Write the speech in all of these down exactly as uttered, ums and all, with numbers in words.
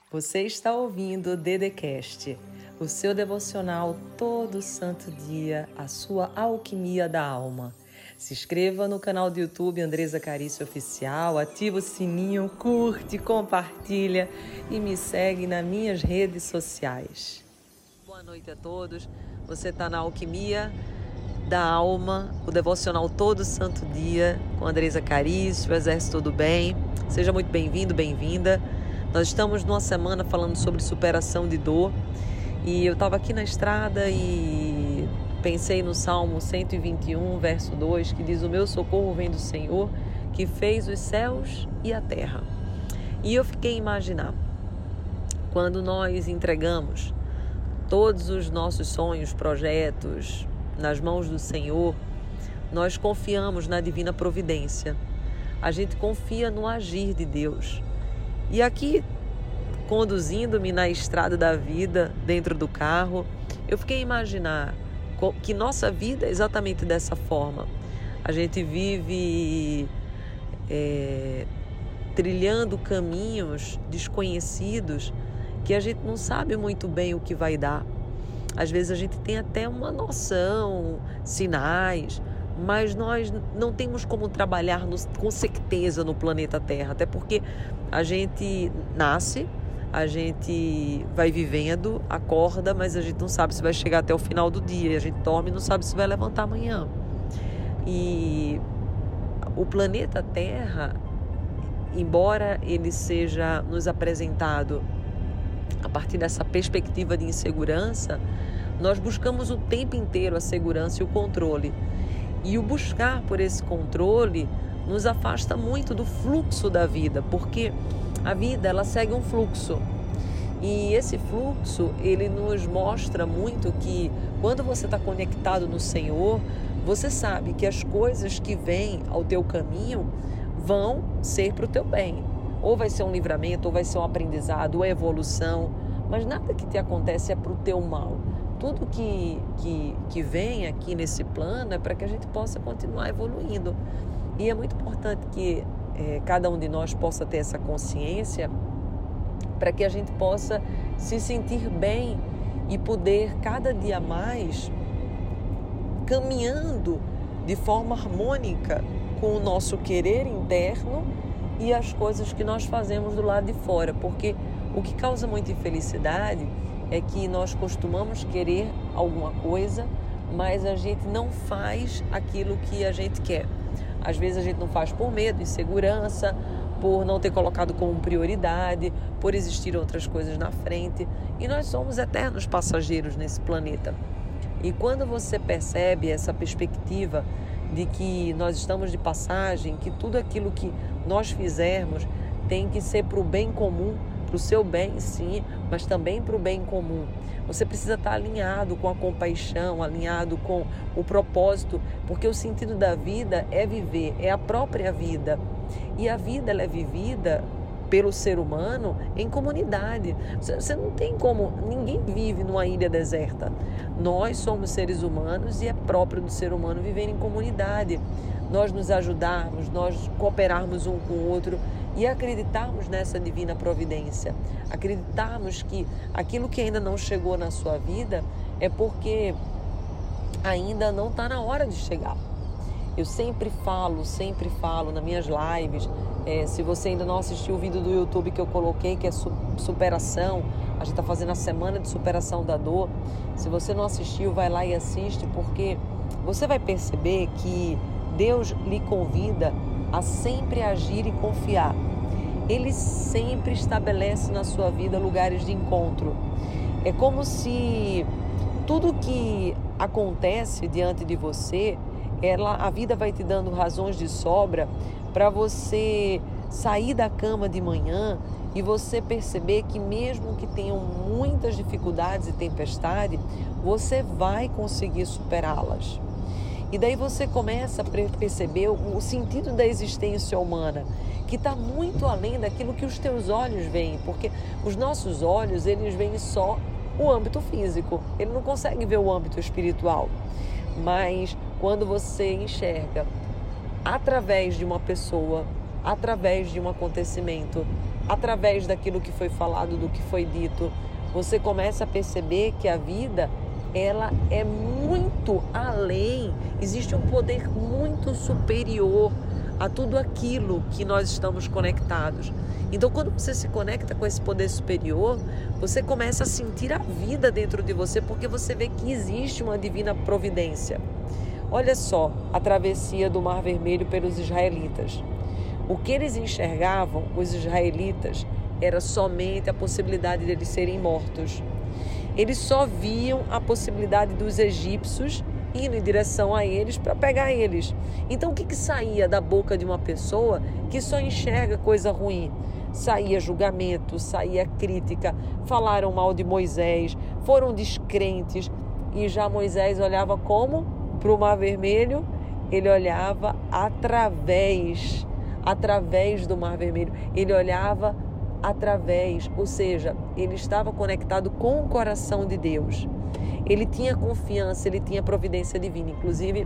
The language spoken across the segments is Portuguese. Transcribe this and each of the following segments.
Você está ouvindo o Dedecast, o seu devocional todo santo dia, a sua alquimia da alma. Se inscreva no canal do YouTube Andresa Carício Oficial, ativa o sininho, curte, compartilha e me segue nas minhas redes sociais. Boa noite a todos, você está na Alquimia da Alma, o devocional todo santo dia com Andresa Carício, Exército do Bem. Seja muito bem-vindo, bem-vinda. Nós estamos numa semana falando sobre superação de dor e eu estava aqui na estrada e pensei no Salmo cento e vinte e um, verso dois, que diz: o meu socorro vem do Senhor, que fez os céus e a terra. E eu fiquei a imaginar, quando nós entregamos todos os nossos sonhos, projetos nas mãos do Senhor, nós confiamos na divina providência, a gente confia no agir de Deus. E aqui, conduzindo-me na estrada da vida, dentro do carro, eu fiquei a imaginar que nossa vida é exatamente dessa forma. A gente vive é, trilhando caminhos desconhecidos que a gente não sabe muito bem o que vai dar. Às vezes a gente tem até uma noção, sinais, mas nós não temos como trabalhar no, com certeza no planeta Terra, até porque a gente nasce, a gente vai vivendo, acorda, mas a gente não sabe se vai chegar até o final do dia, a gente dorme e não sabe se vai levantar amanhã. E o planeta Terra, embora ele seja nos apresentado a partir dessa perspectiva de insegurança, nós buscamos o tempo inteiro a segurança e o controle. E o buscar por esse controle nos afasta muito do fluxo da vida, porque a vida ela segue um fluxo. E esse fluxo, ele nos mostra muito que quando você está conectado no Senhor, você sabe que as coisas que vêm ao teu caminho vão ser para o teu bem. Ou vai ser um livramento, ou vai ser um aprendizado, ou evolução, mas nada que te acontece é para o teu mal. Tudo que, que, que vem aqui nesse plano é para que a gente possa continuar evoluindo. E é muito importante que é, cada um de nós possa ter essa consciência para que a gente possa se sentir bem e poder cada dia mais caminhando de forma harmônica com o nosso querer interno e as coisas que nós fazemos do lado de fora. Porque o que causa muita infelicidade é que nós costumamos querer alguma coisa, mas a gente não faz aquilo que a gente quer. Às vezes a gente não faz por medo, insegurança, por não ter colocado como prioridade, por existir outras coisas na frente. E nós somos eternos passageiros nesse planeta. E quando você percebe essa perspectiva de que nós estamos de passagem, que tudo aquilo que nós fizermos tem que ser para o bem comum, para o seu bem, sim, mas também para o bem comum. Você precisa estar alinhado com a compaixão, alinhado com o propósito, porque o sentido da vida é viver, é a própria vida. E a vida ela é vivida pelo ser humano em comunidade. Você não tem como, ninguém vive numa ilha deserta. Nós somos seres humanos e é próprio do ser humano viver em comunidade. Nós nos ajudarmos, nós cooperarmos um com o outro e acreditarmos nessa divina providência. Acreditarmos que aquilo que ainda não chegou na sua vida é porque ainda não está na hora de chegar. Eu sempre falo, sempre falo nas minhas lives, é, se você ainda não assistiu o vídeo do YouTube que eu coloquei, que é superação, a gente está fazendo a semana de superação da dor. Se você não assistiu, vai lá e assiste, porque você vai perceber que Deus lhe convida a sempre agir e confiar. Ele sempre estabelece na sua vida lugares de encontro. É como se tudo que acontece diante de você, ela, a vida vai te dando razões de sobra para você sair da cama de manhã e você perceber que mesmo que tenham muitas dificuldades e tempestade, você vai conseguir superá-las. E daí você começa a perceber o sentido da existência humana, que está muito além daquilo que os teus olhos veem, porque os nossos olhos, eles veem só o âmbito físico, ele não consegue ver o âmbito espiritual. Mas quando você enxerga através de uma pessoa, através de um acontecimento, através daquilo que foi falado, do que foi dito, você começa a perceber que a vida, ela é muito além, existe um poder muito superior a tudo aquilo que nós estamos conectados. Então, quando você se conecta com esse poder superior, você começa a sentir a vida dentro de você, porque você vê que existe uma divina providência. Olha só a travessia do Mar Vermelho pelos israelitas. O que eles enxergavam, os israelitas, era somente a possibilidade de eles serem mortos. Eles só viam a possibilidade dos egípcios indo em direção a eles para pegar eles. Então, o que, que saía da boca de uma pessoa que só enxerga coisa ruim? Saía julgamento, saía crítica, falaram mal de Moisés, foram descrentes. E já Moisés olhava como? Para o Mar Vermelho, ele olhava através, através do Mar Vermelho. Ele olhava através, ou seja, ele estava conectado com o coração de Deus. Ele tinha confiança, ele tinha providência divina. Inclusive,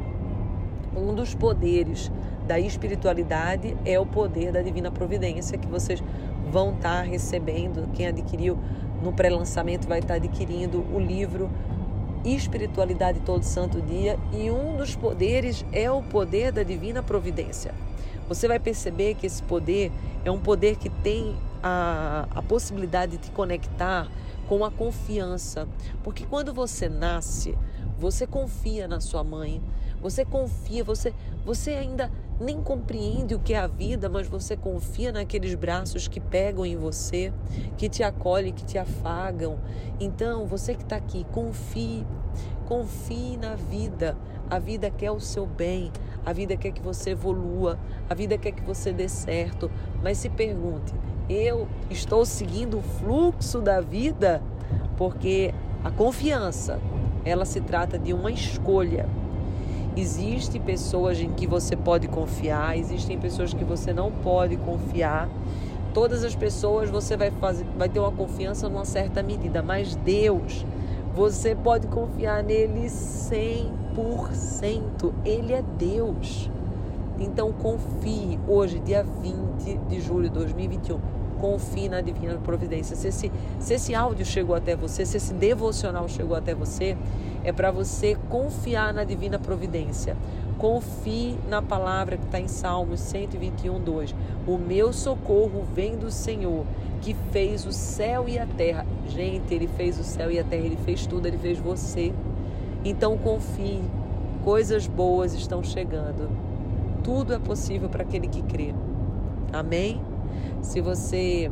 um dos poderes da espiritualidade é o poder da divina providência, que vocês vão estar recebendo. Quem adquiriu no pré-lançamento vai estar adquirindo o livro Espiritualidade Todo Santo Dia, e um dos poderes é o poder da divina providência. Você vai perceber que esse poder é um poder que tem a, a possibilidade de te conectar com a confiança, porque quando você nasce, você confia na sua mãe, você confia, você, você ainda nem compreende o que é a vida, mas você confia naqueles braços que pegam em você, que te acolhem, que te afagam. Então, você que está aqui, confie, confie na vida. A vida quer o seu bem, a vida quer que você evolua, a vida quer que você dê certo, mas se pergunte, eu estou seguindo o fluxo da vida? Porque a confiança, ela se trata de uma escolha. Existem pessoas em que você pode confiar, existem pessoas que você não pode confiar. Todas as pessoas você vai, fazer, vai ter uma confiança numa certa medida, mas Deus, você pode confiar nele cem por cento. Ele é Deus. Então confie hoje, dia vinte de julho de dois mil e vinte e um. Confie na divina providência. Se esse, se esse áudio chegou até você, se esse devocional chegou até você, é para você confiar na divina providência. Confie na palavra que está em Salmos cento e vinte e um, dois. O meu socorro vem do Senhor, que fez o céu e a terra. Gente, Ele fez o céu e a terra, Ele fez tudo, Ele fez você. Então confie, coisas boas estão chegando. Tudo é possível para aquele que crê. Amém? Se você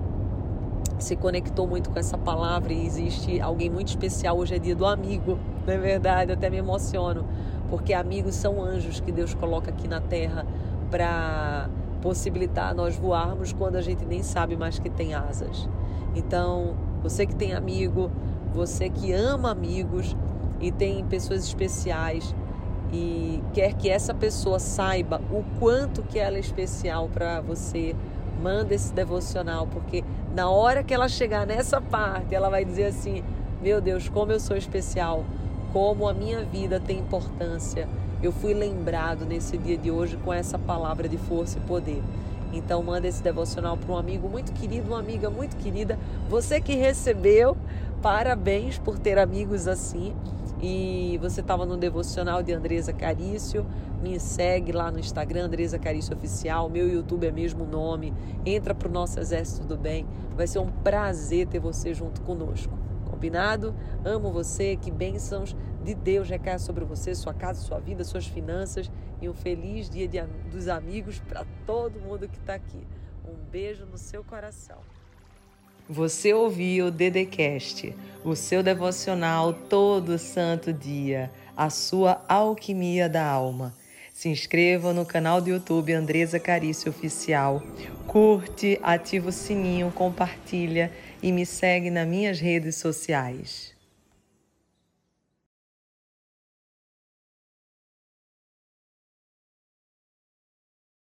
se conectou muito com essa palavra e existe alguém muito especial, hoje é dia do amigo, não é verdade? Eu até me emociono, porque amigos são anjos que Deus coloca aqui na terra para possibilitar nós voarmos quando a gente nem sabe mais que tem asas. Então, você que tem amigo, você que ama amigos e tem pessoas especiais e quer que essa pessoa saiba o quanto que ela é especial para você, manda esse devocional, porque na hora que ela chegar nessa parte, ela vai dizer assim, meu Deus, como eu sou especial, como a minha vida tem importância. Eu fui lembrado nesse dia de hoje com essa palavra de força e poder. Então manda esse devocional para um amigo muito querido, uma amiga muito querida. Você que recebeu, parabéns por ter amigos assim. E você estava no devocional de Andreza Carício. Me segue lá no Instagram, Andreza Carício Oficial. Meu YouTube é mesmo nome. Entra para o nosso Exército do Bem. Vai ser um prazer ter você junto conosco. Combinado? Amo você. Que bênçãos de Deus recaia sobre você, sua casa, sua vida, suas finanças. E um feliz dia de, dos amigos para todo mundo que está aqui. Um beijo no seu coração. Você ouviu o DDCast, o seu devocional todo santo dia, a sua alquimia da alma. Se inscreva no canal do YouTube Andreza Carício Oficial. Curte, ativa o sininho, compartilha e me segue nas minhas redes sociais.